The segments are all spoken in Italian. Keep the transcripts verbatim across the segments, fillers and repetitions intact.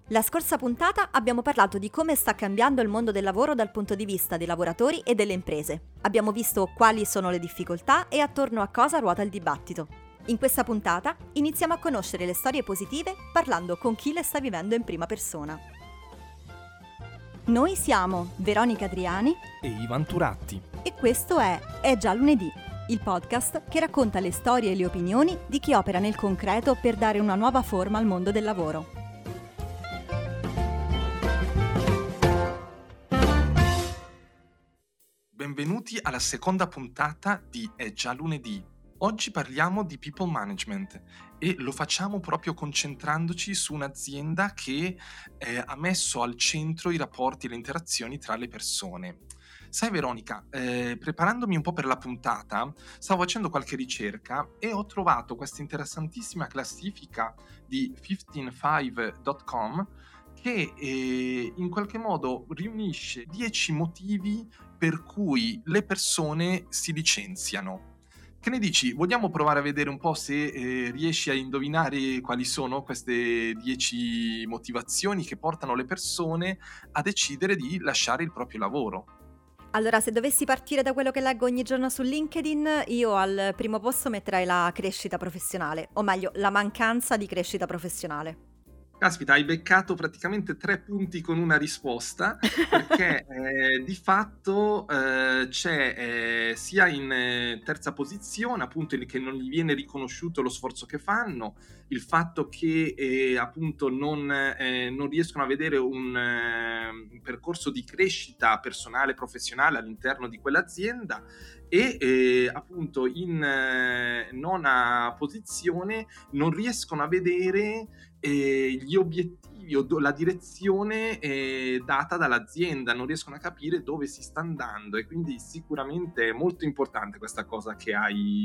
La scorsa puntata abbiamo parlato di come sta cambiando il mondo del lavoro dal punto di vista dei lavoratori e delle imprese. Abbiamo visto quali sono le difficoltà e attorno a cosa ruota il dibattito. In questa puntata iniziamo a conoscere le storie positive parlando con chi le sta vivendo in prima persona. Noi siamo Veronica Adriani e Ivan Turatti e questo è È già lunedì, il podcast che racconta le storie e le opinioni di chi opera nel concreto per dare una nuova forma al mondo del lavoro. Benvenuti alla seconda puntata di È già lunedì. Oggi parliamo di people management e lo facciamo proprio concentrandoci su un'azienda che eh, ha messo al centro i rapporti e le interazioni tra le persone. Sai Veronica, eh, preparandomi un po' per la puntata, stavo facendo qualche ricerca e ho trovato questa interessantissima classifica di fifteen five dot com che eh, in qualche modo riunisce dieci motivi per cui le persone si licenziano. Che ne dici? Vogliamo provare a vedere un po' se eh, riesci a indovinare quali sono queste dieci motivazioni che portano le persone a decidere di lasciare il proprio lavoro? Allora, se dovessi partire da quello che leggo ogni giorno su LinkedIn, io al primo posto metterei la crescita professionale, o meglio, la mancanza di crescita professionale. Caspita, hai beccato praticamente tre punti con una risposta, perché eh, di fatto eh, c'è eh, sia in eh, terza posizione appunto il che non gli viene riconosciuto lo sforzo che fanno, il fatto che eh, appunto non, eh, non riescono a vedere un, eh, un percorso di crescita personale e professionale all'interno di quell'azienda e eh, appunto in eh, nona posizione non riescono a vedere eh, gli obiettivi o do- la direzione eh, data dall'azienda, non riescono a capire dove si sta andando e quindi sicuramente è molto importante questa cosa che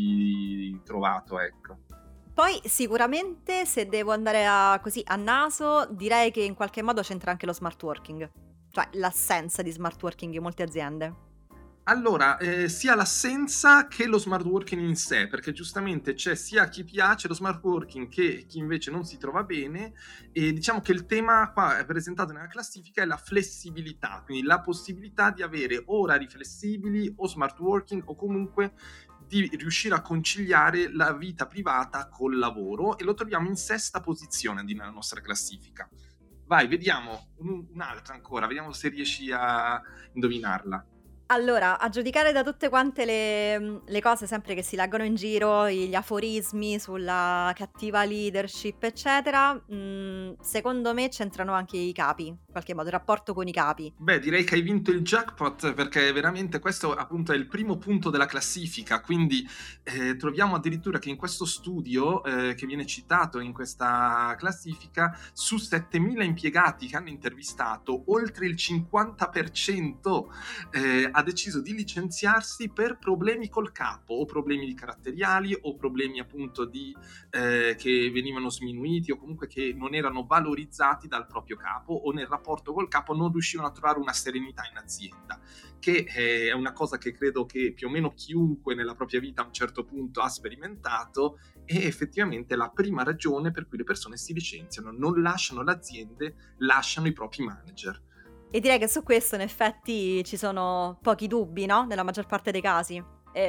hai trovato, ecco. Poi sicuramente se devo andare a, così a naso, direi che in qualche modo c'entra anche lo smart working, cioè l'assenza di smart working in molte aziende. Allora, eh, sia l'assenza che lo smart working in sé, perché giustamente c'è sia chi piace lo smart working che chi invece non si trova bene e diciamo che il tema qua presentato nella classifica è la flessibilità, quindi la possibilità di avere orari flessibili o smart working o comunque di riuscire a conciliare la vita privata col lavoro e lo troviamo in sesta posizione nella nostra classifica. Vai, vediamo un, un'altra ancora, vediamo se riesci a indovinarla. Allora, a giudicare da tutte quante le, le cose sempre che si leggono in giro, gli aforismi sulla cattiva leadership, eccetera, mh, secondo me c'entrano anche i capi, in qualche modo, il rapporto con i capi. Beh, direi che hai vinto il jackpot perché veramente questo appunto è il primo punto della classifica, quindi eh, troviamo addirittura che in questo studio eh, che viene citato in questa classifica, su settemila impiegati che hanno intervistato, oltre il cinquanta per cento eh, ha deciso di licenziarsi per problemi col capo o problemi caratteriali o problemi appunto di eh, che venivano sminuiti o comunque che non erano valorizzati dal proprio capo o nel rapporto col capo non riuscivano a trovare una serenità in azienda, che è una cosa che credo che più o meno chiunque nella propria vita a un certo punto ha sperimentato e effettivamente è la prima ragione per cui le persone si licenziano, non lasciano le aziende, lasciano i propri manager. E direi che su questo in effetti ci sono pochi dubbi, no? Nella maggior parte dei casi.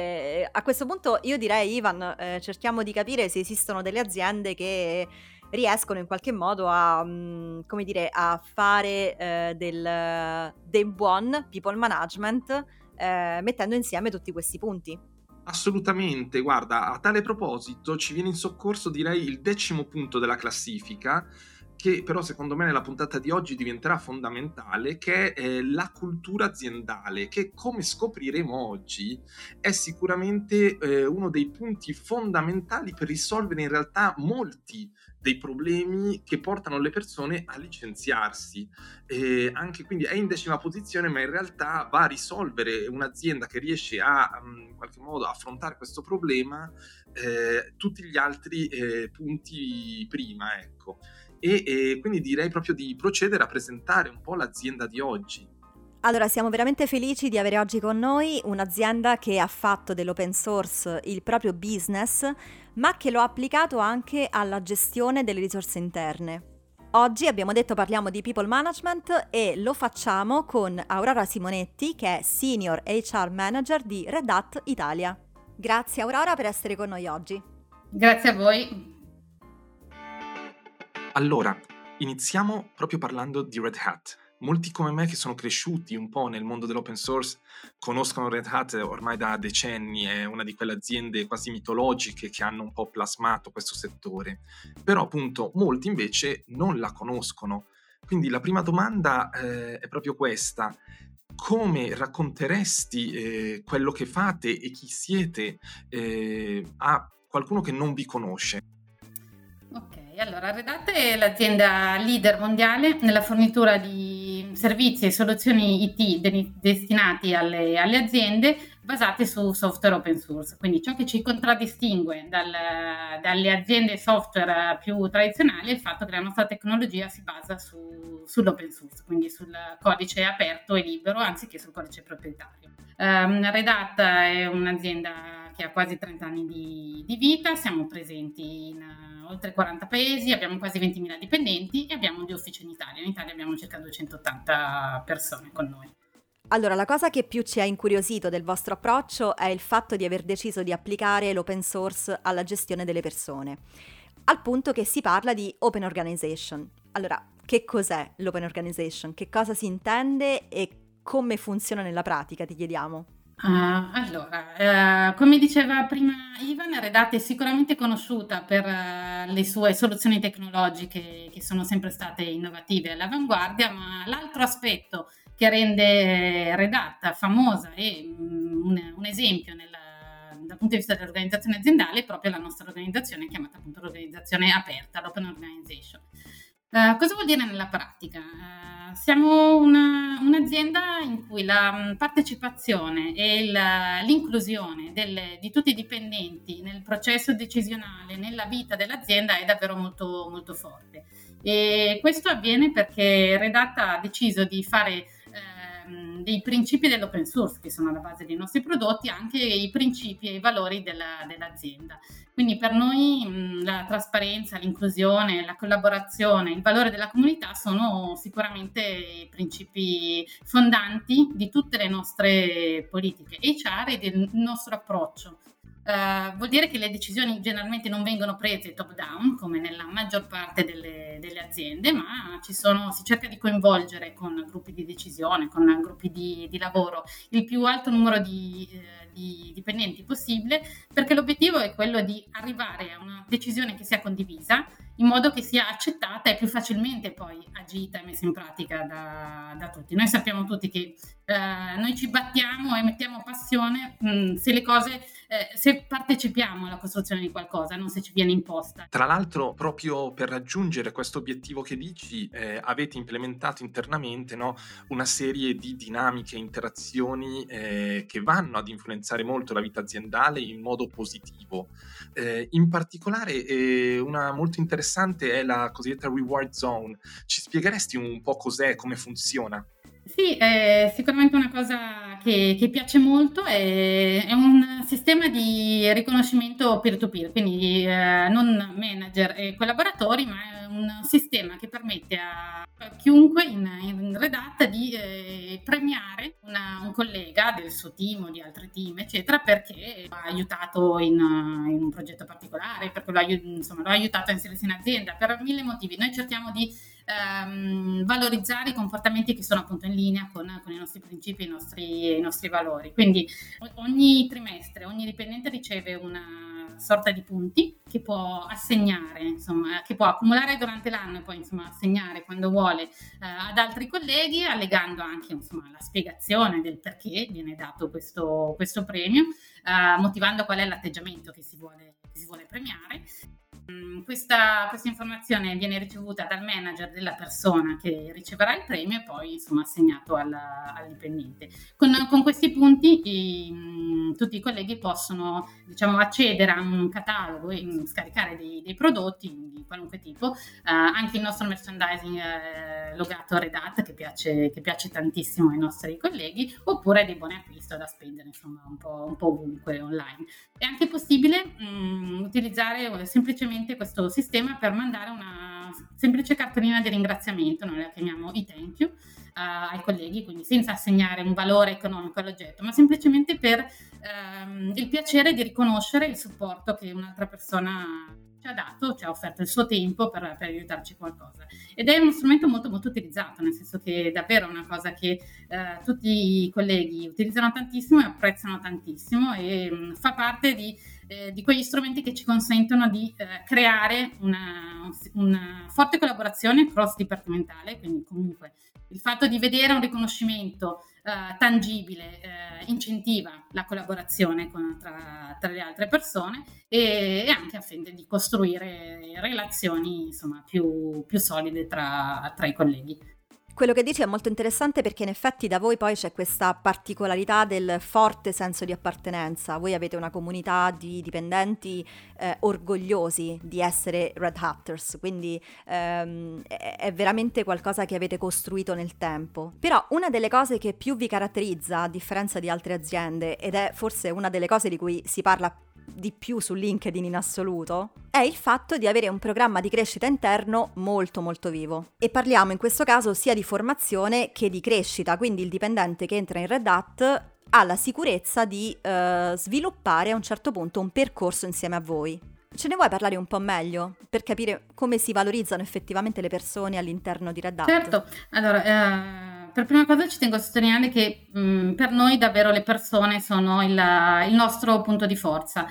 E a questo punto io direi, Ivan, eh, cerchiamo di capire se esistono delle aziende che riescono in qualche modo a, mh, come dire, a fare eh, del, del buon people management eh, mettendo insieme tutti questi punti. Assolutamente, guarda, a tale proposito ci viene in soccorso direi il decimo punto della classifica, che però secondo me nella puntata di oggi diventerà fondamentale, che è eh, la cultura aziendale, che come scopriremo oggi è sicuramente eh, uno dei punti fondamentali per risolvere in realtà molti dei problemi che portano le persone a licenziarsi. Eh, anche quindi è in decima posizione, ma in realtà va a risolvere un'azienda che riesce a in qualche modo affrontare questo problema eh, tutti gli altri eh, punti prima, ecco. E, e quindi direi proprio di procedere a presentare un po' l'azienda di oggi. Allora, siamo veramente felici di avere oggi con noi un'azienda che ha fatto dell'open source il proprio business, ma che lo ha applicato anche alla gestione delle risorse interne. Oggi abbiamo detto parliamo di people management e lo facciamo con Aurora Simonetti, che è Senior H R Manager di Red Hat Italia. Grazie Aurora per essere con noi oggi. Grazie a voi. Allora, iniziamo proprio parlando di Red Hat. Molti come me che sono cresciuti un po' nel mondo dell'open source conoscono Red Hat ormai da decenni, è una di quelle aziende quasi mitologiche che hanno un po' plasmato questo settore. Però appunto molti invece non la conoscono. Quindi la prima domanda eh, è proprio questa. Come racconteresti eh, quello che fate e chi siete eh, a qualcuno che non vi conosce? Ok, allora Red Hat è l'azienda leader mondiale nella fornitura di servizi e soluzioni I T de- destinati alle, alle aziende basate su software open source. Quindi ciò che ci contraddistingue dal, dalle aziende software più tradizionali è il fatto che la nostra tecnologia si basa su, sull'open source, quindi sul codice aperto e libero anziché sul codice proprietario. Um, Red Hat è un'azienda che ha quasi trenta anni di, di vita, siamo presenti in uh, oltre quaranta paesi, abbiamo quasi ventimila dipendenti e abbiamo due uffici in Italia. In Italia abbiamo circa duecentottanta persone con noi. Allora, la cosa che più ci ha incuriosito del vostro approccio è il fatto di aver deciso di applicare l'open source alla gestione delle persone, al punto che si parla di open organization. Allora, che cos'è l'open organization? Che cosa si intende e come funziona nella pratica, ti chiediamo? Uh, allora, uh, come diceva prima Ivan, Red Hat è sicuramente conosciuta per uh, le sue soluzioni tecnologiche che sono sempre state innovative e all'avanguardia, ma l'altro aspetto che rende Red Hat famosa e um, un, un esempio nel, dal punto di vista dell'organizzazione aziendale è proprio la nostra organizzazione chiamata appunto l'organizzazione aperta, l'open organization. Uh, cosa vuol dire nella pratica? Uh, siamo una, un'azienda in cui la partecipazione e il, l'inclusione delle, di tutti i dipendenti nel processo decisionale, nella vita dell'azienda è davvero molto, molto forte. E questo avviene perché Red Hat ha deciso di fare ehm, dei principi dell'open source, che sono alla base dei nostri prodotti, anche i principi e i valori della, dell'azienda. Quindi per noi mh, la trasparenza, l'inclusione, la collaborazione, il valore della comunità sono sicuramente i principi fondanti di tutte le nostre politiche H R e del nostro approccio. Uh, vuol dire che le decisioni generalmente non vengono prese top down come nella maggior parte delle, delle aziende, ma ci sono, si cerca di coinvolgere con gruppi di decisione, con gruppi di, di lavoro il più alto numero di, eh, di dipendenti possibile, perché l'obiettivo è quello di arrivare a una decisione che sia condivisa in modo che sia accettata e più facilmente poi agita e messa in pratica da, da tutti. Noi sappiamo tutti che eh, noi ci battiamo e mettiamo passione mh, se le cose, eh, se partecipiamo alla costruzione di qualcosa, non se ci viene imposta. Tra l'altro, proprio per raggiungere questo obiettivo che dici, eh, avete implementato internamente, no, una serie di dinamiche, interazioni eh, che vanno ad influenzare molto la vita aziendale in modo positivo. Eh, in particolare, eh, una molto interessante è la cosiddetta reward zone. Ci spiegheresti un po' cos'è, come funziona? Sì, è sicuramente una cosa che, che piace molto, è, è un sistema di riconoscimento peer-to-peer, quindi eh, non manager e collaboratori, ma è un sistema che permette a chiunque in, in Red Hat di eh, premiare una, un collega del suo team o di altri team, eccetera, perché ha aiutato in, in un progetto particolare, perché lo ha, insomma, lo ha aiutato a inserirsi in azienda, per mille motivi. Noi cerchiamo di ehm, valorizzare i comportamenti che sono appunto in linea con, con i nostri principi e i nostri, i nostri valori. Quindi ogni trimestre ogni dipendente riceve una sorta di punti che può assegnare, insomma, che può accumulare durante l'anno e poi insomma assegnare quando vuole eh, ad altri colleghi, allegando anche insomma la spiegazione del perché viene dato questo, questo premio, eh, motivando qual è l'atteggiamento che si vuole, che si vuole premiare. Questa, questa informazione viene ricevuta dal manager della persona che riceverà il premio e poi insomma assegnato alla, al dipendente. Con, con questi punti i, mh, tutti i colleghi possono diciamo accedere a un catalogo e mh, scaricare dei, dei prodotti di qualunque tipo, eh, anche il nostro merchandising eh, logato Red Hat che piace, che piace tantissimo ai nostri colleghi, oppure dei buoni acquisto da spendere insomma un po', un po' ovunque online. È anche possibile mh, utilizzare semplicemente questo sistema per mandare una semplice cartolina di ringraziamento, noi la chiamiamo i thank you, Uh, ai colleghi, quindi senza assegnare un valore economico all'oggetto, ma semplicemente per um, il piacere di riconoscere il supporto che un'altra persona ci ha dato, ci ha offerto il suo tempo per, per aiutarci qualcosa. Ed è uno strumento molto molto utilizzato, nel senso che è davvero una cosa che uh, tutti i colleghi utilizzano tantissimo e apprezzano tantissimo, e um, fa parte di Eh, di quegli strumenti che ci consentono di eh, creare una, una forte collaborazione cross-dipartimentale, quindi comunque il fatto di vedere un riconoscimento eh, tangibile eh, incentiva la collaborazione con, tra, tra le altre persone, e, e anche a fine di costruire relazioni insomma più, più solide tra, tra i colleghi. Quello che dici è molto interessante, perché in effetti da voi poi c'è questa particolarità del forte senso di appartenenza. Voi avete una comunità di dipendenti eh, orgogliosi di essere Red Hatters, quindi ehm, è, è veramente qualcosa che avete costruito nel tempo. Però una delle cose che più vi caratterizza, a differenza di altre aziende, ed è forse una delle cose di cui si parla di più su LinkedIn in assoluto, è il fatto di avere un programma di crescita interno molto molto vivo. E parliamo in questo caso sia di formazione che di crescita, quindi il dipendente che entra in Red Hat ha la sicurezza di eh, sviluppare a un certo punto un percorso insieme a voi. Ce ne vuoi parlare un po' meglio per capire come si valorizzano effettivamente le persone all'interno di Red Hat? Certo, allora eh... per prima cosa ci tengo a sottolineare che mh, per noi davvero le persone sono il, il nostro punto di forza.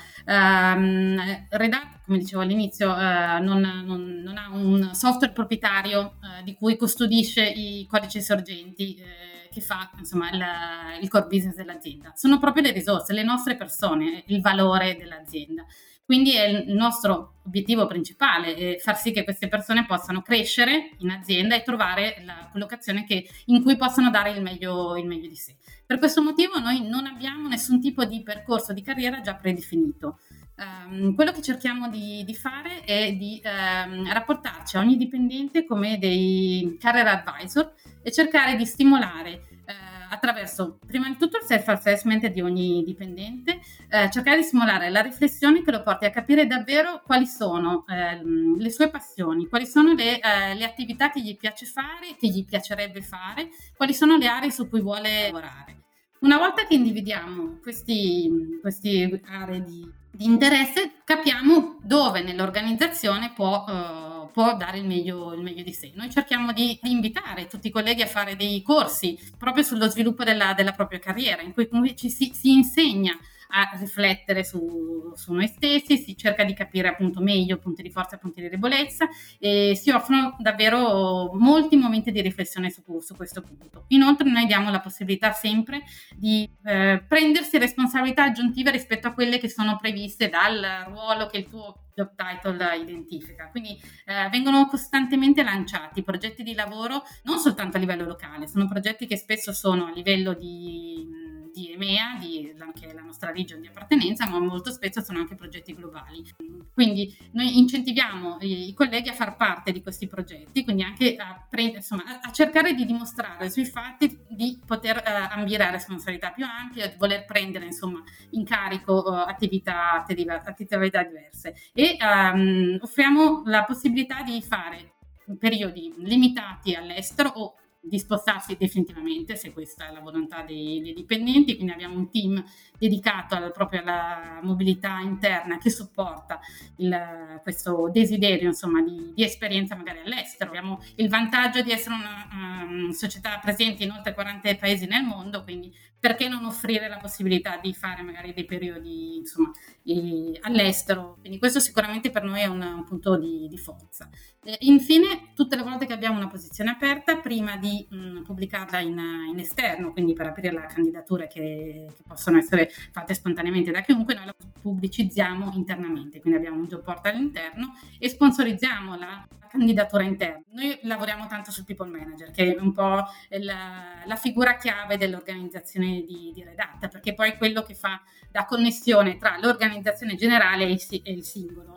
Um, Red Hat, come dicevo all'inizio, uh, non, non, non ha un software proprietario uh, di cui custodisce i codici sorgenti uh, che fa insomma il, il core business dell'azienda. Sono proprio le risorse, le nostre persone, il valore dell'azienda. Quindi è il nostro obiettivo principale, è far sì che queste persone possano crescere in azienda e trovare la collocazione che, in cui possano dare il meglio, il meglio di sé. Per questo motivo noi non abbiamo nessun tipo di percorso di carriera già predefinito. Um, quello che cerchiamo di, di fare è di um, rapportarci a ogni dipendente come dei career advisor e cercare di stimolare attraverso prima di tutto il self-assessment di ogni dipendente, eh, cercare di stimolare la riflessione che lo porti a capire davvero quali sono eh, le sue passioni, quali sono le, eh, le attività che gli piace fare, che gli piacerebbe fare, quali sono le aree su cui vuole lavorare. Una volta che individuiamo questi, queste aree di, di interesse, capiamo dove nell'organizzazione può eh, può dare il meglio, il meglio di sé. Noi cerchiamo di, di invitare tutti i colleghi a fare dei corsi proprio sullo sviluppo della, della propria carriera, in cui ci si, si insegna a riflettere su, su noi stessi, si cerca di capire appunto meglio punti di forza e punti di debolezza, e si offrono davvero molti momenti di riflessione su, su questo punto. Inoltre noi diamo la possibilità sempre di eh, prendersi responsabilità aggiuntive rispetto a quelle che sono previste dal ruolo che il tuo job title identifica. Quindi eh, vengono costantemente lanciati progetti di lavoro non soltanto a livello locale, sono progetti che spesso sono a livello di di EMEA, di, che è la nostra region di appartenenza, ma molto spesso sono anche progetti globali. Quindi noi incentiviamo i, i colleghi a far parte di questi progetti, quindi anche a, pre, insomma, a, a cercare di dimostrare sui fatti di poter eh, ambire a responsabilità più ampie, di voler prendere insomma in carico uh, attività, attività, attività diverse, e um, offriamo la possibilità di fare periodi limitati all'estero o di spostarsi definitivamente se questa è la volontà dei, dei dipendenti. Quindi abbiamo un team dedicato al, proprio alla mobilità interna che supporta il, questo desiderio insomma di, di esperienza magari all'estero. Abbiamo il vantaggio di essere una um, società presente in oltre quaranta paesi nel mondo, quindi perché non offrire la possibilità di fare magari dei periodi insomma eh, all'estero. Quindi questo sicuramente per noi è un, un punto di, di forza. Eh, infine, tutte le volte che abbiamo una posizione aperta, prima di mh, pubblicarla in, in esterno, quindi per aprire la candidatura che, che possono essere fatte spontaneamente da chiunque, noi la pubblicizziamo internamente, quindi abbiamo un job portal interno e sponsorizziamo la candidatura interna. Noi lavoriamo tanto sul people manager, che è un po' la, la figura chiave dell'organizzazione di, di Red Hat, perché poi è quello che fa da connessione tra l'organizzazione generale e il, e il singolo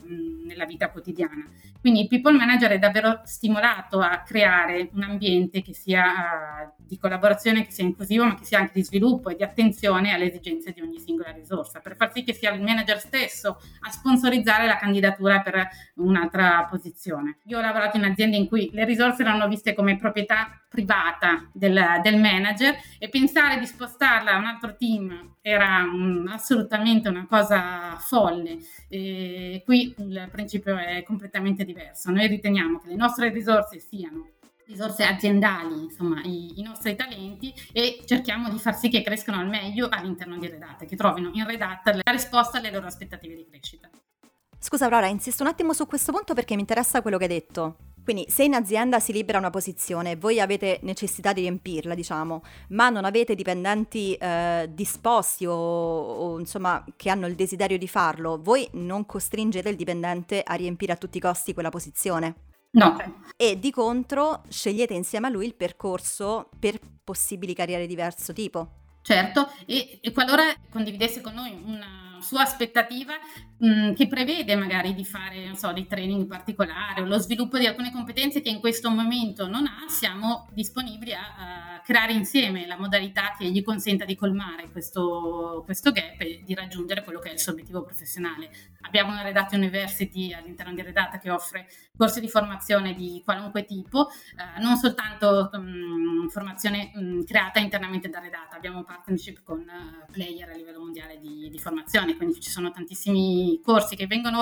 mh, nella vita quotidiana. Quindi il people manager è davvero stimolato a creare un ambiente che sia uh, di collaborazione, che sia inclusivo, ma che sia anche di sviluppo e di attenzione alle esigenze di ogni singola risorsa, per far sì che sia il manager stesso a sponsorizzare la candidatura per un'altra posizione. Io ho lavorato in aziende in cui le risorse erano viste come proprietà privata del, del manager, e pensare di spostarla a un altro team era um, assolutamente una cosa folle. E qui il principio è completamente diverso. Noi riteniamo che le nostre risorse siano risorse aziendali, insomma i, i nostri talenti, e cerchiamo di far sì che crescano al meglio all'interno di Red Hat, che trovino in Red Hat la risposta alle loro aspettative di crescita. Scusa Aurora, insisto un attimo su questo punto perché mi interessa quello che hai detto. Quindi se in azienda si libera una posizione, voi avete necessità di riempirla, diciamo, ma non avete dipendenti eh, disposti o, o insomma che hanno il desiderio di farlo, voi non costringete il dipendente a riempire a tutti i costi quella posizione? No. E di contro scegliete insieme a lui il percorso per possibili carriere di diverso tipo? Certo, e, e qualora condividesse con noi una sua aspettativa mh, che prevede magari di fare, non so, dei training particolari o lo sviluppo di alcune competenze che in questo momento non ha, siamo disponibili a, a creare insieme la modalità che gli consenta di colmare questo, questo gap e di raggiungere quello che è il suo obiettivo professionale. Abbiamo una Red Hat University all'interno di Red Hat che offre corsi di formazione di qualunque tipo, eh, non soltanto mh, formazione mh, creata internamente da Red Hat, abbiamo partnership con uh, player a livello mondiale di, di formazione, quindi ci sono tantissimi corsi che vengono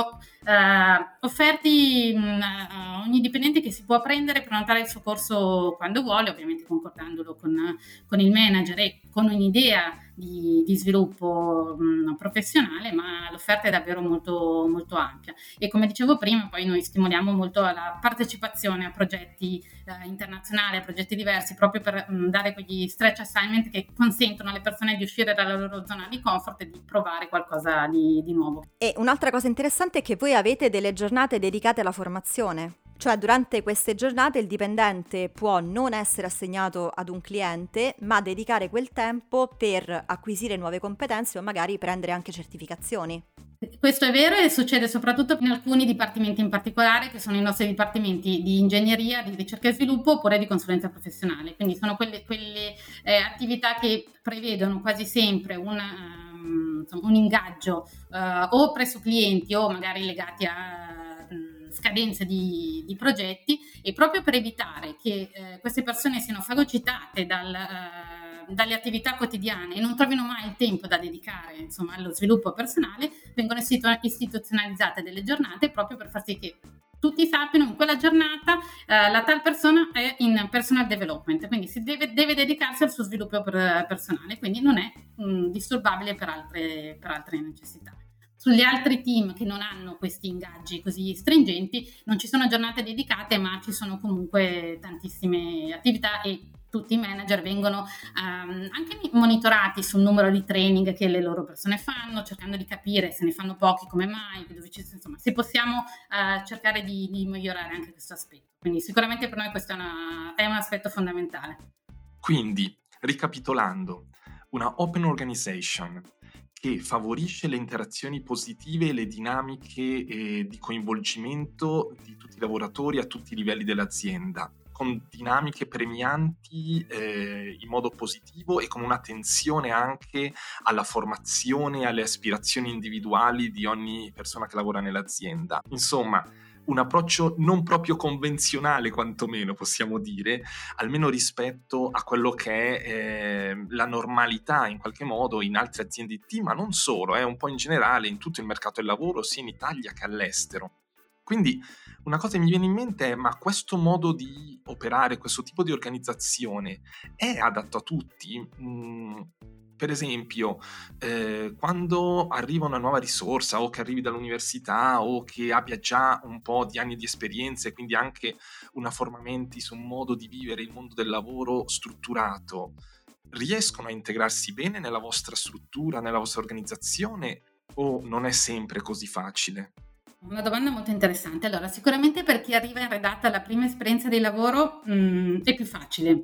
uh, offerti mh, a ogni dipendente, che si può prendere, prenotare il suo corso quando vuole, ovviamente concordandolo con, con il manager e con un'idea di, di sviluppo mh, professionale, ma l'offerta è davvero molto, molto ampia. E come dicevo prima, poi noi stimoliamo molto la partecipazione a progetti eh, internazionali, a progetti diversi, proprio per mh, dare quegli stretch assignment che consentono alle persone di uscire dalla loro zona di comfort e di provare qualcosa di, di nuovo. E un'altra cosa interessante è che voi avete delle giornate dedicate alla formazione. Cioè durante queste giornate il dipendente può non essere assegnato ad un cliente, ma dedicare quel tempo per acquisire nuove competenze o magari prendere anche certificazioni. Questo è vero e succede soprattutto in alcuni dipartimenti in particolare, che sono i nostri dipartimenti di ingegneria, di ricerca e sviluppo oppure di consulenza professionale. Quindi sono quelle, quelle eh, attività che prevedono quasi sempre un, um, insomma, un ingaggio uh, o presso clienti o magari legati a scadenze di, di progetti, e proprio per evitare che eh, queste persone siano fagocitate dal, eh, dalle attività quotidiane e non trovino mai il tempo da dedicare, insomma, allo sviluppo personale, vengono istitu- istituzionalizzate delle giornate proprio per far sì che tutti sappiano in quella giornata eh, la tal persona è in personal development, quindi si deve, deve dedicarsi al suo sviluppo per, personale, quindi non è mh, disturbabile per altre, per altre necessità. Sugli altri team che non hanno questi ingaggi così stringenti non ci sono giornate dedicate, ma ci sono comunque tantissime attività e tutti i manager vengono um, anche monitorati sul numero di training che le loro persone fanno, cercando di capire se ne fanno pochi come mai, dove ci, insomma, se possiamo uh, cercare di, di migliorare anche questo aspetto. Quindi sicuramente per noi questo è, una, è un aspetto fondamentale. Quindi, ricapitolando, una open organization che favorisce le interazioni positive e le dinamiche eh, di coinvolgimento di tutti i lavoratori a tutti i livelli dell'azienda, con dinamiche premianti eh, in modo positivo e con un'attenzione anche alla formazione e alle aspirazioni individuali di ogni persona che lavora nell'azienda. Insomma, un approccio non proprio convenzionale, quantomeno possiamo dire, almeno rispetto a quello che è eh, la normalità in qualche modo in altre aziende I T, ma non solo, è eh, un po' in generale in tutto il mercato del lavoro, sia in Italia che all'estero. Quindi una cosa che mi viene in mente è: ma questo modo di operare, questo tipo di organizzazione è adatto a tutti? Mm, per esempio, eh, quando arriva una nuova risorsa, o che arrivi dall'università o che abbia già un po' di anni di esperienza e quindi anche una formamenti su un modo di vivere il mondo del lavoro strutturato, riescono a integrarsi bene nella vostra struttura, nella vostra organizzazione, o non è sempre così facile? Una domanda molto interessante. Allora, sicuramente per chi arriva in Red Hat alla prima esperienza di lavoro mh, è più facile,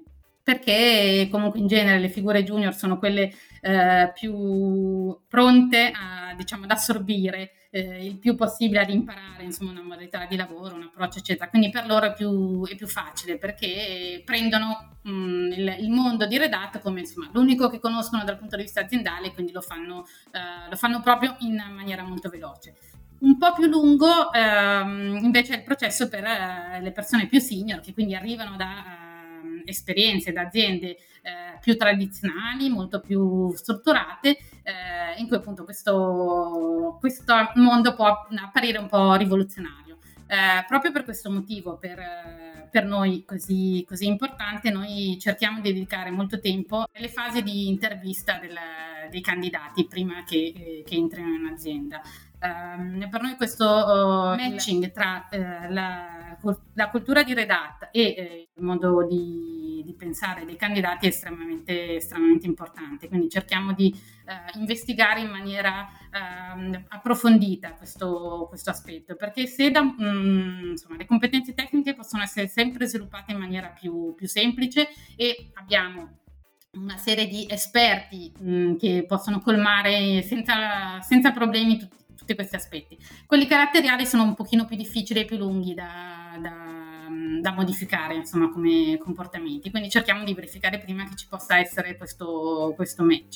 perché comunque in genere le figure junior sono quelle eh, più pronte a, diciamo, ad assorbire eh, il più possibile ad imparare, insomma, una modalità di lavoro, un approccio, eccetera. Quindi per loro è più, è più facile, perché prendono mh, il, il mondo di Red Hat come, insomma, l'unico che conoscono dal punto di vista aziendale, quindi lo fanno, eh, lo fanno proprio in maniera molto veloce. Un po' più lungo ehm, invece è il processo per eh, le persone più senior, che quindi arrivano da eh, esperienze, da aziende eh, più tradizionali, molto più strutturate, eh, in cui appunto questo, questo mondo può apparire un po' rivoluzionario. Eh, proprio per questo motivo, per, per noi così, così importante, noi cerchiamo di dedicare molto tempo alle fasi di intervista del, dei candidati prima che, che entrino in azienda. Um, per noi questo uh, matching tra uh, la, la cultura di Red Hat e uh, il modo di, di pensare dei candidati è estremamente, estremamente importante, quindi cerchiamo di uh, investigare in maniera uh, approfondita questo, questo aspetto, perché se da, um, insomma, le competenze tecniche possono essere sempre sviluppate in maniera più, più semplice, e abbiamo una serie di esperti mh, che possono colmare senza, senza problemi tutti tutti questi aspetti. Quelli caratteriali sono un pochino più difficili e più lunghi da, da, da modificare, insomma, come comportamenti, quindi cerchiamo di verificare prima che ci possa essere questo, questo match.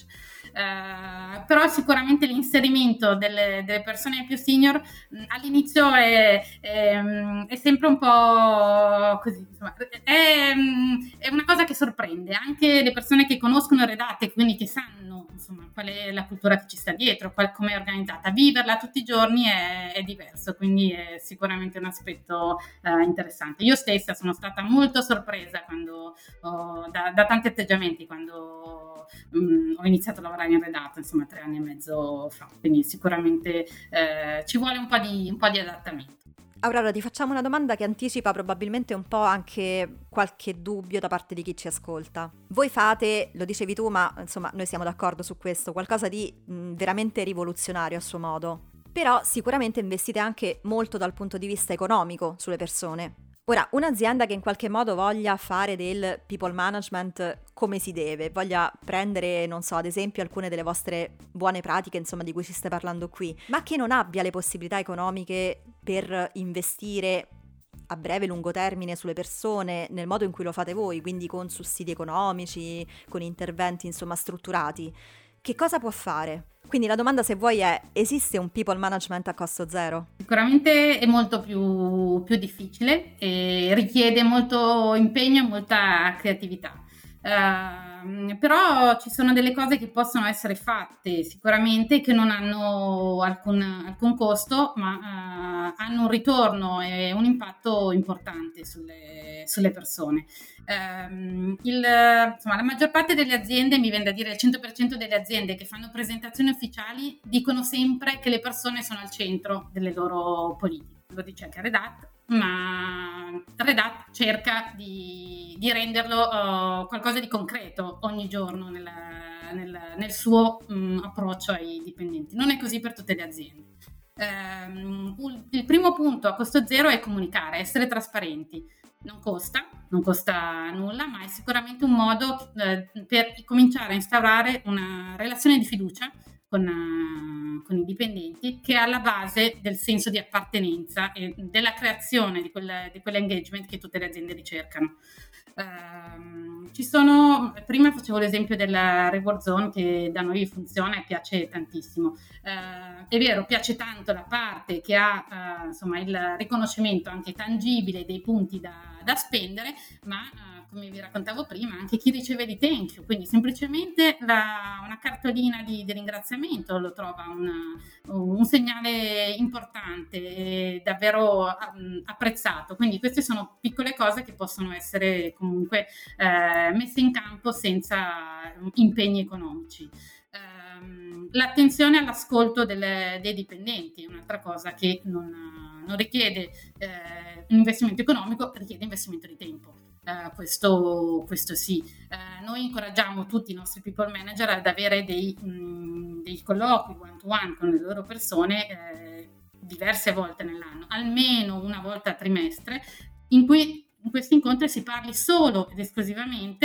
Uh, però sicuramente l'inserimento delle, delle persone più senior mh, all'inizio è, è, è sempre un po' così, insomma, è, è una cosa che sorprende anche le persone che conoscono Red Hat e quindi che sanno, insomma, qual è la cultura che ci sta dietro, come è organizzata. Viverla tutti i giorni è, è diverso, quindi è sicuramente un aspetto uh, interessante. Io stessa sono stata molto sorpresa quando oh, da, da tanti atteggiamenti quando um, ho iniziato a lavorare in Red Hat, insomma, tre anni e mezzo fa, quindi sicuramente eh, ci vuole un po' di, un po' di adattamento. Aurora, ti facciamo una domanda che anticipa probabilmente un po' anche qualche dubbio da parte di chi ci ascolta. Voi fate, lo dicevi tu, ma insomma noi siamo d'accordo su questo, qualcosa di mh, veramente rivoluzionario a suo modo, però sicuramente investite anche molto dal punto di vista economico sulle persone. Ora, un'azienda che in qualche modo voglia fare del people management come si deve, voglia prendere, non so, ad esempio alcune delle vostre buone pratiche, insomma, di cui si sta parlando qui, ma che non abbia le possibilità economiche per investire a breve e lungo termine sulle persone nel modo in cui lo fate voi, quindi con sussidi economici, con interventi, insomma, strutturati, che cosa può fare? Quindi la domanda, se vuoi, è: esiste un people management a costo zero? Sicuramente è molto più, più difficile e richiede molto impegno e molta creatività. Uh, però ci sono delle cose che possono essere fatte sicuramente, che non hanno alcun, alcun costo, ma uh, hanno un ritorno e un impatto importante sulle, sulle persone. Uh, il, insomma, la maggior parte delle aziende, mi viene da dire il cento per cento delle aziende che fanno presentazioni ufficiali, dicono sempre che le persone sono al centro delle loro politiche. Lo dice anche Red Hat, ma Red Hat cerca di, di renderlo uh, qualcosa di concreto ogni giorno nel, nel, nel suo um, approccio ai dipendenti. Non è così per tutte le aziende. Um, il primo punto a costo zero è comunicare, essere trasparenti. Non costa, non costa nulla, ma è sicuramente un modo eh, per cominciare a instaurare una relazione di fiducia Con, uh, con i dipendenti, che è alla base del senso di appartenenza e della creazione di, quel, di quell'engagement che tutte le aziende ricercano. Uh, ci sono, prima facevo l'esempio della reward zone, che da noi funziona e piace tantissimo. Uh, è vero, piace tanto la parte che ha uh, insomma il riconoscimento anche tangibile dei punti da, da spendere, ma uh, come vi raccontavo prima, anche chi riceve di thank you, quindi semplicemente la, una cartolina di, di ringraziamento lo trova una, un segnale importante e davvero um, apprezzato. Quindi queste sono piccole cose che possono essere comunque eh, messe in campo senza impegni economici. Um, l'attenzione all'ascolto delle, dei dipendenti è un'altra cosa che non, non richiede eh, un investimento economico, richiede investimento di tempo. Uh, questo, questo sì. Uh, noi incoraggiamo tutti i nostri people manager ad avere dei, mh, dei colloqui one to one con le loro persone eh, diverse volte nell'anno, almeno una volta a trimestre, in cui in questi incontri si parli solo ed esclusivamente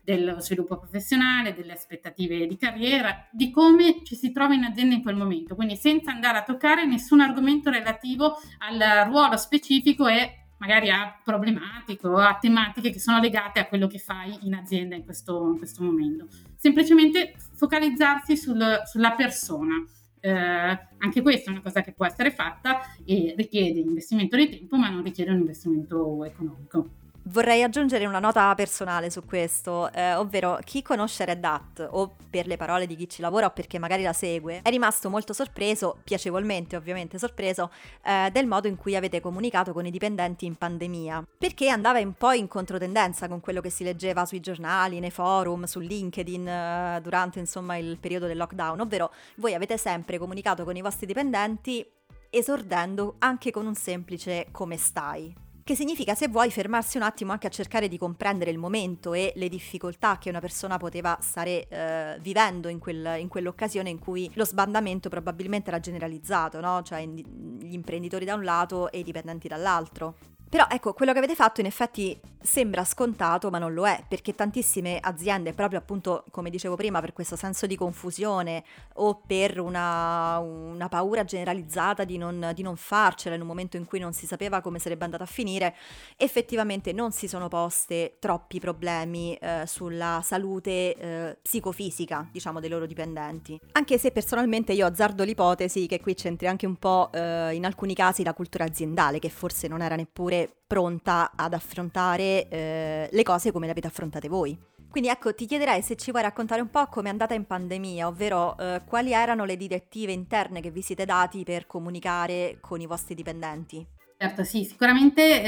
dello sviluppo professionale, delle aspettative di carriera, di come ci si trova in azienda in quel momento, quindi senza andare a toccare nessun argomento relativo al ruolo specifico e magari a problematiche o a tematiche che sono legate a quello che fai in azienda in questo, in questo momento. Semplicemente focalizzarsi sul, sulla persona. Eh, anche questa è una cosa che può essere fatta e richiede investimento di tempo, ma non richiede un investimento economico. Vorrei aggiungere una nota personale su questo, eh, ovvero chi conosce Red Hat, o per le parole di chi ci lavora o perché magari la segue, è rimasto molto sorpreso, piacevolmente ovviamente sorpreso, eh, del modo in cui avete comunicato con i dipendenti in pandemia, perché andava un po' in controtendenza con quello che si leggeva sui giornali, nei forum, su LinkedIn, eh, durante insomma il periodo del lockdown, ovvero voi avete sempre comunicato con i vostri dipendenti esordendo anche con un semplice come stai. Che significa, se vuoi, fermarsi un attimo anche a cercare di comprendere il momento e le difficoltà che una persona poteva stare eh, vivendo in, quel, in quell'occasione in cui lo sbandamento probabilmente era generalizzato, no? Cioè gli imprenditori da un lato e i dipendenti dall'altro. Però ecco, quello che avete fatto in effetti sembra scontato, ma non lo è, perché tantissime aziende, proprio appunto, come dicevo prima, per questo senso di confusione o per una, una paura generalizzata di non, di non farcela in un momento in cui non si sapeva come sarebbe andata a finire, effettivamente non si sono poste troppi problemi eh, sulla salute eh, psicofisica, diciamo, dei loro dipendenti. Anche se personalmente io azzardo l'ipotesi che qui c'entri anche un po' eh, in alcuni casi la cultura aziendale, che forse non era neppure pronta ad affrontare eh, le cose come le avete affrontate voi. Quindi ecco, ti chiederei se ci vuoi raccontare un po' come è andata in pandemia, ovvero eh, quali erano le direttive interne che vi siete dati per comunicare con i vostri dipendenti. Certo, sì, sicuramente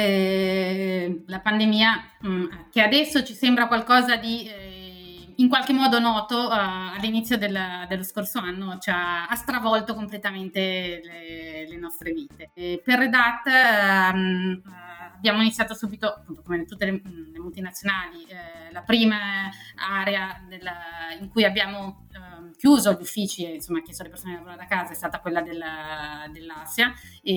eh, la pandemia, mh, che adesso ci sembra qualcosa di eh, in qualche modo noto, uh, all'inizio del, dello scorso anno ci ha, ha stravolto completamente le, le nostre vite. E per Red Hat um, uh, abbiamo iniziato subito, appunto, come tutte le, le multinazionali, eh, la prima area della, in cui abbiamo uh, chiuso gli uffici e insomma chiesto alle persone di lavorare da casa è stata quella della, dell'Asia,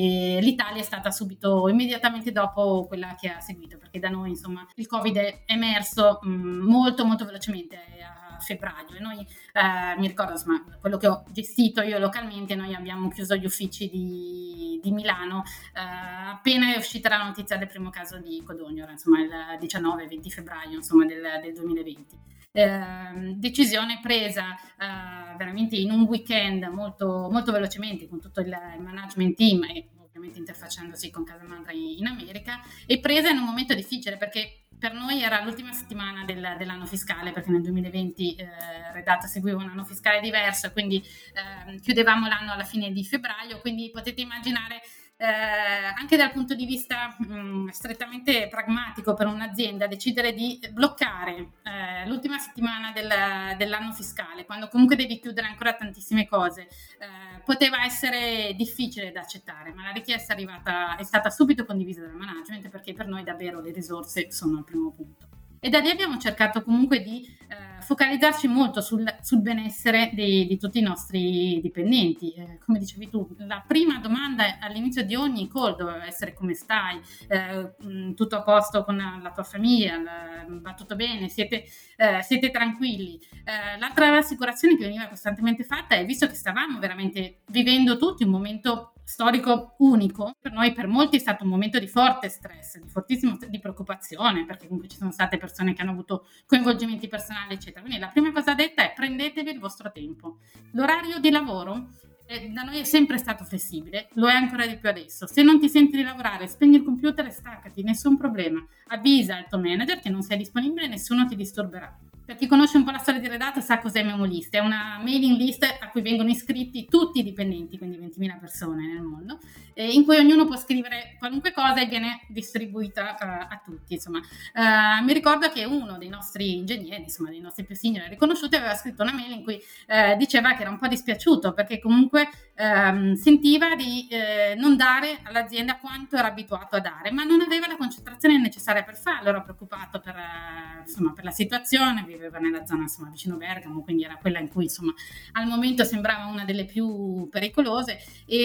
e l'Italia è stata subito, immediatamente dopo, quella che ha seguito, perché da noi insomma il Covid è emerso mh, molto molto velocemente a febbraio e noi, eh, mi ricordo insomma, quello che ho gestito io localmente, noi abbiamo chiuso gli uffici di, di Milano eh, appena è uscita la notizia del primo caso di Codogno, insomma il diciannove venti febbraio insomma del, del duemilaventi. Eh, decisione presa eh, veramente in un weekend molto, molto velocemente con tutto il management team e ovviamente interfacciandosi con casa madre in America, e presa in un momento difficile perché per noi era l'ultima settimana del, dell'anno fiscale, perché nel duemilaventi eh, Red Hat seguiva un anno fiscale diverso, quindi eh, chiudevamo l'anno alla fine di febbraio, quindi potete immaginare Eh, anche dal punto di vista mh, strettamente pragmatico per un'azienda decidere di bloccare eh, l'ultima settimana del, dell'anno fiscale, quando comunque devi chiudere ancora tantissime cose, eh, poteva essere difficile da accettare, ma la richiesta è arrivata, è stata subito condivisa dal management, perché per noi davvero le risorse sono al primo punto. E da lì abbiamo cercato comunque di eh, focalizzarci molto sul, sul benessere di, di tutti i nostri dipendenti. Eh, come dicevi tu, la prima domanda all'inizio di ogni call doveva essere: come stai? Eh, tutto a posto con la tua famiglia? Va tutto bene? Siete, eh, siete tranquilli? Eh, l'altra rassicurazione che veniva costantemente fatta è: visto che stavamo veramente vivendo tutti un momento storico unico, per noi, per molti, è stato un momento di forte stress, di fortissimo di preoccupazione, perché comunque ci sono state persone che hanno avuto coinvolgimenti personali, eccetera. Quindi la prima cosa detta è: prendetevi il vostro tempo. L'orario di lavoro eh, da noi è sempre stato flessibile, lo è ancora di più adesso. Se non ti senti di lavorare, spegni il computer e staccati, nessun problema. Avvisa il tuo manager che non sei disponibile e nessuno ti disturberà. Per chi conosce un po' la storia di Red Hat sa cos'è Memo List, è una mailing list a cui vengono iscritti tutti i dipendenti, quindi ventimila persone nel mondo, eh, in cui ognuno può scrivere qualunque cosa e viene distribuita uh, a tutti. Insomma, uh, mi ricordo che uno dei nostri ingegneri, insomma dei nostri più senior riconosciuti, aveva scritto una mail in cui uh, diceva che era un po' dispiaciuto perché comunque um, sentiva di uh, non dare all'azienda quanto era abituato a dare, ma non aveva la concentrazione necessaria per farlo, era preoccupato per, uh, insomma, per la situazione, viveva nella zona insomma vicino Bergamo, quindi era quella in cui insomma al momento sembrava una delle più pericolose,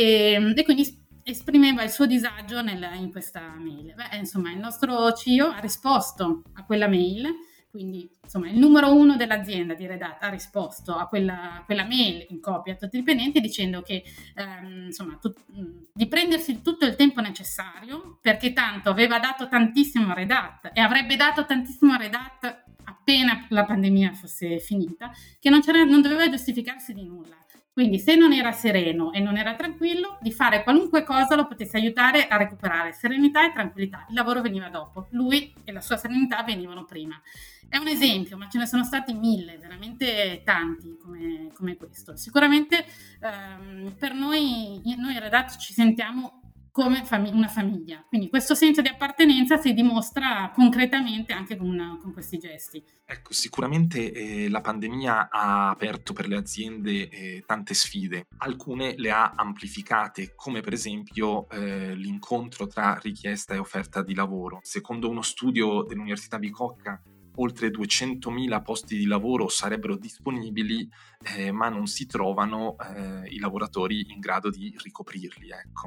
e, e quindi esprimeva il suo disagio nel, in questa mail. Beh, insomma il nostro C E O ha risposto a quella mail Quindi, insomma, il numero uno dell'azienda di Red Hat ha risposto a quella, a quella mail in copia a tutti i dipendenti dicendo che ehm, insomma, tut, di prendersi tutto il tempo necessario, perché tanto aveva dato tantissimo a Red Hat e avrebbe dato tantissimo a Red Hat appena la pandemia fosse finita, che non, c'era, non doveva giustificarsi di nulla. Quindi se non era sereno e non era tranquillo, di fare qualunque cosa lo potesse aiutare a recuperare serenità e tranquillità. Il lavoro veniva dopo, lui e la sua serenità venivano prima. È un esempio, ma ce ne sono stati mille, veramente tanti come, come questo. Sicuramente ehm, per noi, noi in Red Hat ci sentiamo come fam- una famiglia, quindi questo senso di appartenenza si dimostra concretamente anche con, una, con questi gesti. Ecco, sicuramente eh, la pandemia ha aperto per le aziende eh, tante sfide, alcune le ha amplificate, come per esempio eh, l'incontro tra richiesta e offerta di lavoro. Secondo uno studio dell'Università Bicocca, oltre duecentomila posti di lavoro sarebbero disponibili, eh, ma non si trovano eh, i lavoratori in grado di ricoprirli, ecco.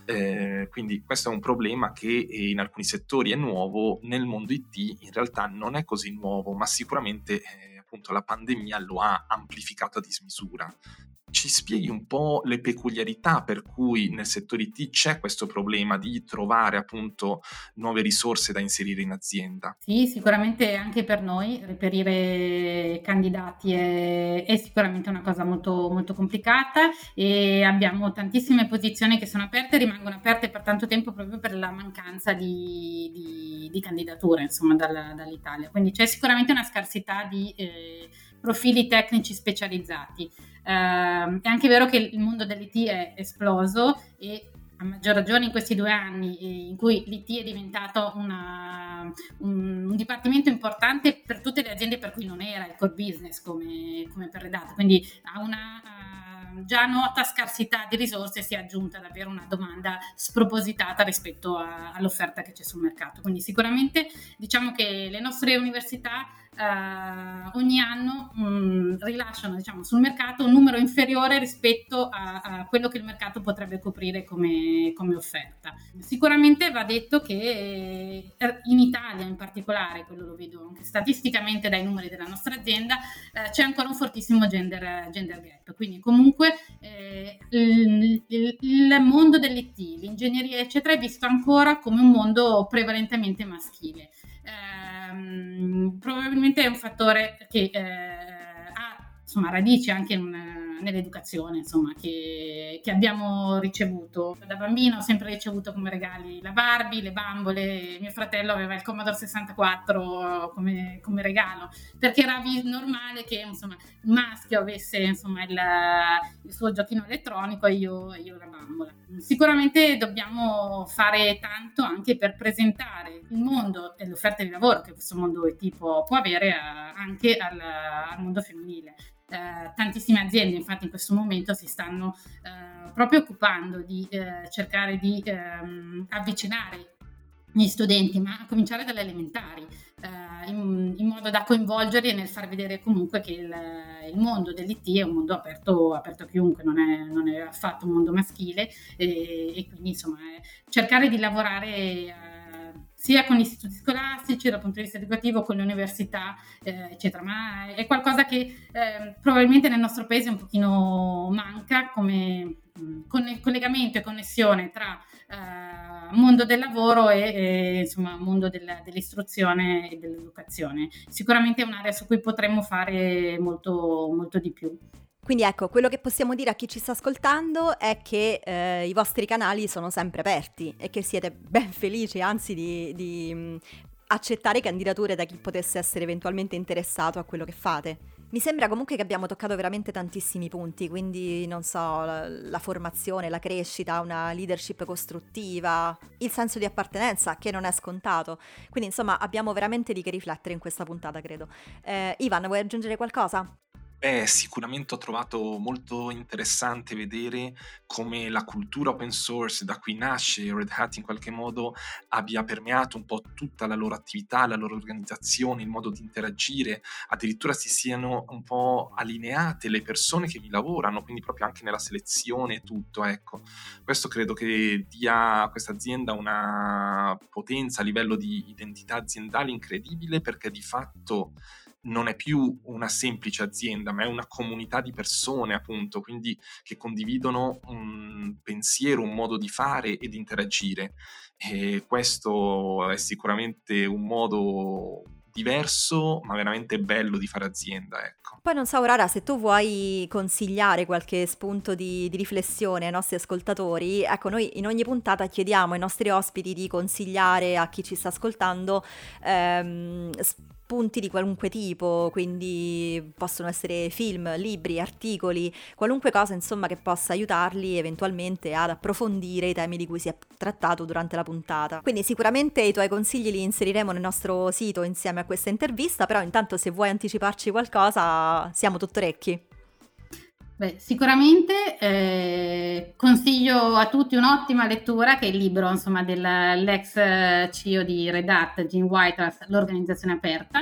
Eh, quindi questo è un problema che in alcuni settori è nuovo, nel mondo I T in realtà non è così nuovo, ma sicuramente eh, appunto la pandemia lo ha amplificato a dismisura. Ci spieghi un po' le peculiarità per cui nel settore I T c'è questo problema di trovare appunto nuove risorse da inserire in azienda? Sì, sicuramente anche per noi reperire candidati è, è sicuramente una cosa molto, molto complicata e abbiamo tantissime posizioni che sono aperte e rimangono aperte per tanto tempo proprio per la mancanza di, di, di candidature, insomma, dalla, dall'Italia. Quindi c'è sicuramente una scarsità di eh, profili tecnici specializzati. Uh, è anche vero che il mondo dell'I T è esploso e a maggior ragione in questi due anni in cui l'I T è diventato una, un, un dipartimento importante per tutte le aziende per cui non era il core business come, come per Red Hat, quindi a una uh, già nota scarsità di risorse si è aggiunta davvero una domanda spropositata rispetto a, all'offerta che c'è sul mercato. Quindi sicuramente diciamo che le nostre università Uh, ogni anno mh, rilasciano, diciamo, sul mercato un numero inferiore rispetto a, a quello che il mercato potrebbe coprire come, come offerta. Sicuramente va detto che in Italia in particolare, quello lo vedo anche statisticamente dai numeri della nostra azienda, eh, c'è ancora un fortissimo gender, gender gap, quindi comunque eh, il, il, il mondo dell'I T, l'ingegneria eccetera è visto ancora come un mondo prevalentemente maschile. Um, probabilmente è un fattore che eh, ha insomma radici anche in, nell'educazione insomma che, che abbiamo ricevuto. Da bambino ho sempre ricevuto come regali la Barbie, le bambole, mio fratello aveva il Commodore sessantaquattro come, come regalo, perché era normale che insomma un maschio avesse insomma il, il suo giochino elettronico e io, io la bambola. Sicuramente dobbiamo fare tanto anche per presentare il mondo e l'offerta di lavoro che questo mondo I T può, può avere a, anche al, al mondo femminile. Eh, tantissime aziende infatti in questo momento si stanno eh, proprio occupando di eh, cercare di ehm, avvicinare gli studenti, ma a cominciare dalle elementari, eh, in, in modo da coinvolgerli nel far vedere comunque che il, il mondo dell'I T è un mondo aperto, aperto a chiunque, non è, non è affatto un mondo maschile e, e quindi insomma cercare di lavorare eh, sia con gli istituti scolastici dal punto di vista educativo, con le università eh, eccetera, ma è qualcosa che eh, probabilmente nel nostro paese un pochino manca come mh, collegamento e connessione tra eh, mondo del lavoro e, e insomma mondo del, dell'istruzione e dell'educazione. Sicuramente è un'area su cui potremmo fare molto, molto di più. Quindi ecco, quello che possiamo dire a chi ci sta ascoltando è che eh, i vostri canali sono sempre aperti e che siete ben felici, anzi, di, di mh, accettare candidature da chi potesse essere eventualmente interessato a quello che fate. Mi sembra comunque che abbiamo toccato veramente tantissimi punti, quindi non so, la, la formazione, la crescita, una leadership costruttiva, il senso di appartenenza che non è scontato. Quindi insomma abbiamo veramente di che riflettere in questa puntata, credo. Eh, Ivan, vuoi aggiungere qualcosa? Beh, sicuramente ho trovato molto interessante vedere come la cultura open source da cui nasce Red Hat in qualche modo abbia permeato un po' tutta la loro attività, la loro organizzazione, il modo di interagire, addirittura si siano un po' allineate le persone che vi lavorano, quindi proprio anche nella selezione e tutto, ecco. Questo credo che dia a questa azienda una potenza a livello di identità aziendale incredibile, perché di fatto non è più una semplice azienda, ma è una comunità di persone, appunto, quindi che condividono un pensiero, un modo di fare e di interagire. E questo è sicuramente un modo diverso, ma veramente bello di fare azienda, ecco. Poi non so, Aurora, se tu vuoi consigliare qualche spunto di, di riflessione ai nostri ascoltatori, ecco, noi in ogni puntata chiediamo ai nostri ospiti di consigliare a chi ci sta ascoltando ehm, spunti di qualunque tipo, quindi possono essere film, libri, articoli, qualunque cosa insomma che possa aiutarli eventualmente ad approfondire i temi di cui si è trattato durante la puntata. Quindi sicuramente i tuoi consigli li inseriremo nel nostro sito insieme a questa intervista, però intanto se vuoi anticiparci qualcosa siamo tutto orecchi. Beh, sicuramente eh, consiglio a tutti un'ottima lettura, che è il libro insomma dell'ex C E O di Red Hat, Jim Whitehurst, L'organizzazione aperta.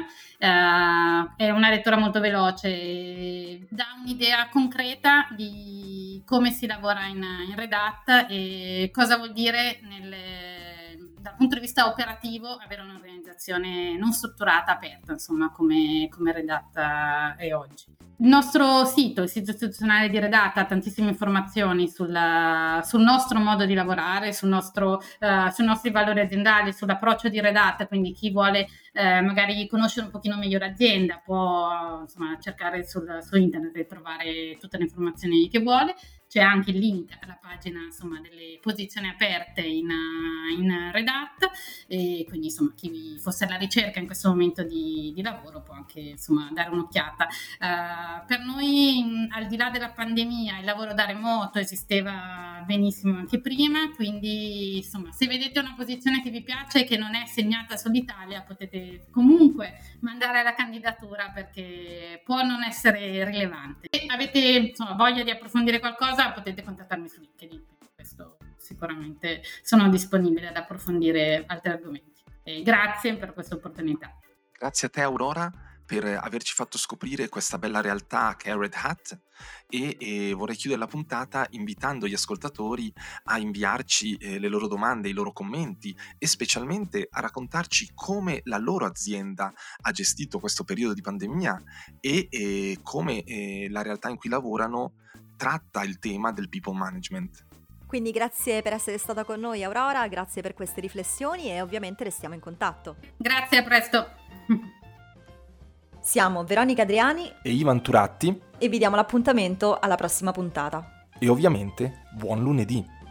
Eh, è una lettura molto veloce, dà un'idea concreta di come si lavora in, in Red Hat e cosa vuol dire nelle, dal punto di vista operativo avere un'organizzazione non strutturata, aperta, insomma, come, come Red Hat è oggi. Il nostro sito, il sito istituzionale di Red Hat, ha tantissime informazioni sulla, sul nostro modo di lavorare, sul nostro, uh, sui nostri valori aziendali, sull'approccio di Red Hat, quindi chi vuole eh, magari conoscere un pochino meglio l'azienda può insomma, cercare sul, su internet e trovare tutte le informazioni che vuole. C'è anche il link alla pagina insomma, delle posizioni aperte in, in Red Hat, e quindi insomma, chi fosse alla ricerca in questo momento di, di lavoro può anche insomma, dare un'occhiata. Uh, per noi, al di là della pandemia, il lavoro da remoto esisteva benissimo anche prima, quindi insomma, se vedete una posizione che vi piace e che non è segnata sull'Italia, potete comunque mandare la candidatura, perché può non essere rilevante. Se avete insomma, voglia di approfondire qualcosa, potete contattarmi su LinkedIn, questo sicuramente sono disponibile ad approfondire altri argomenti. E grazie per questa opportunità. Grazie a te, Aurora, per averci fatto scoprire questa bella realtà che è Red Hat, e, e vorrei chiudere la puntata invitando gli ascoltatori a inviarci eh, le loro domande, i loro commenti e specialmente a raccontarci come la loro azienda ha gestito questo periodo di pandemia e, e come eh, la realtà in cui lavorano tratta il tema del people management. Quindi grazie per essere stata con noi, Aurora, grazie per queste riflessioni e ovviamente restiamo in contatto. Grazie, a presto. Siamo Veronica Adriani e Ivan Turatti e vi diamo l'appuntamento alla prossima puntata. e ovviamente buon lunedì.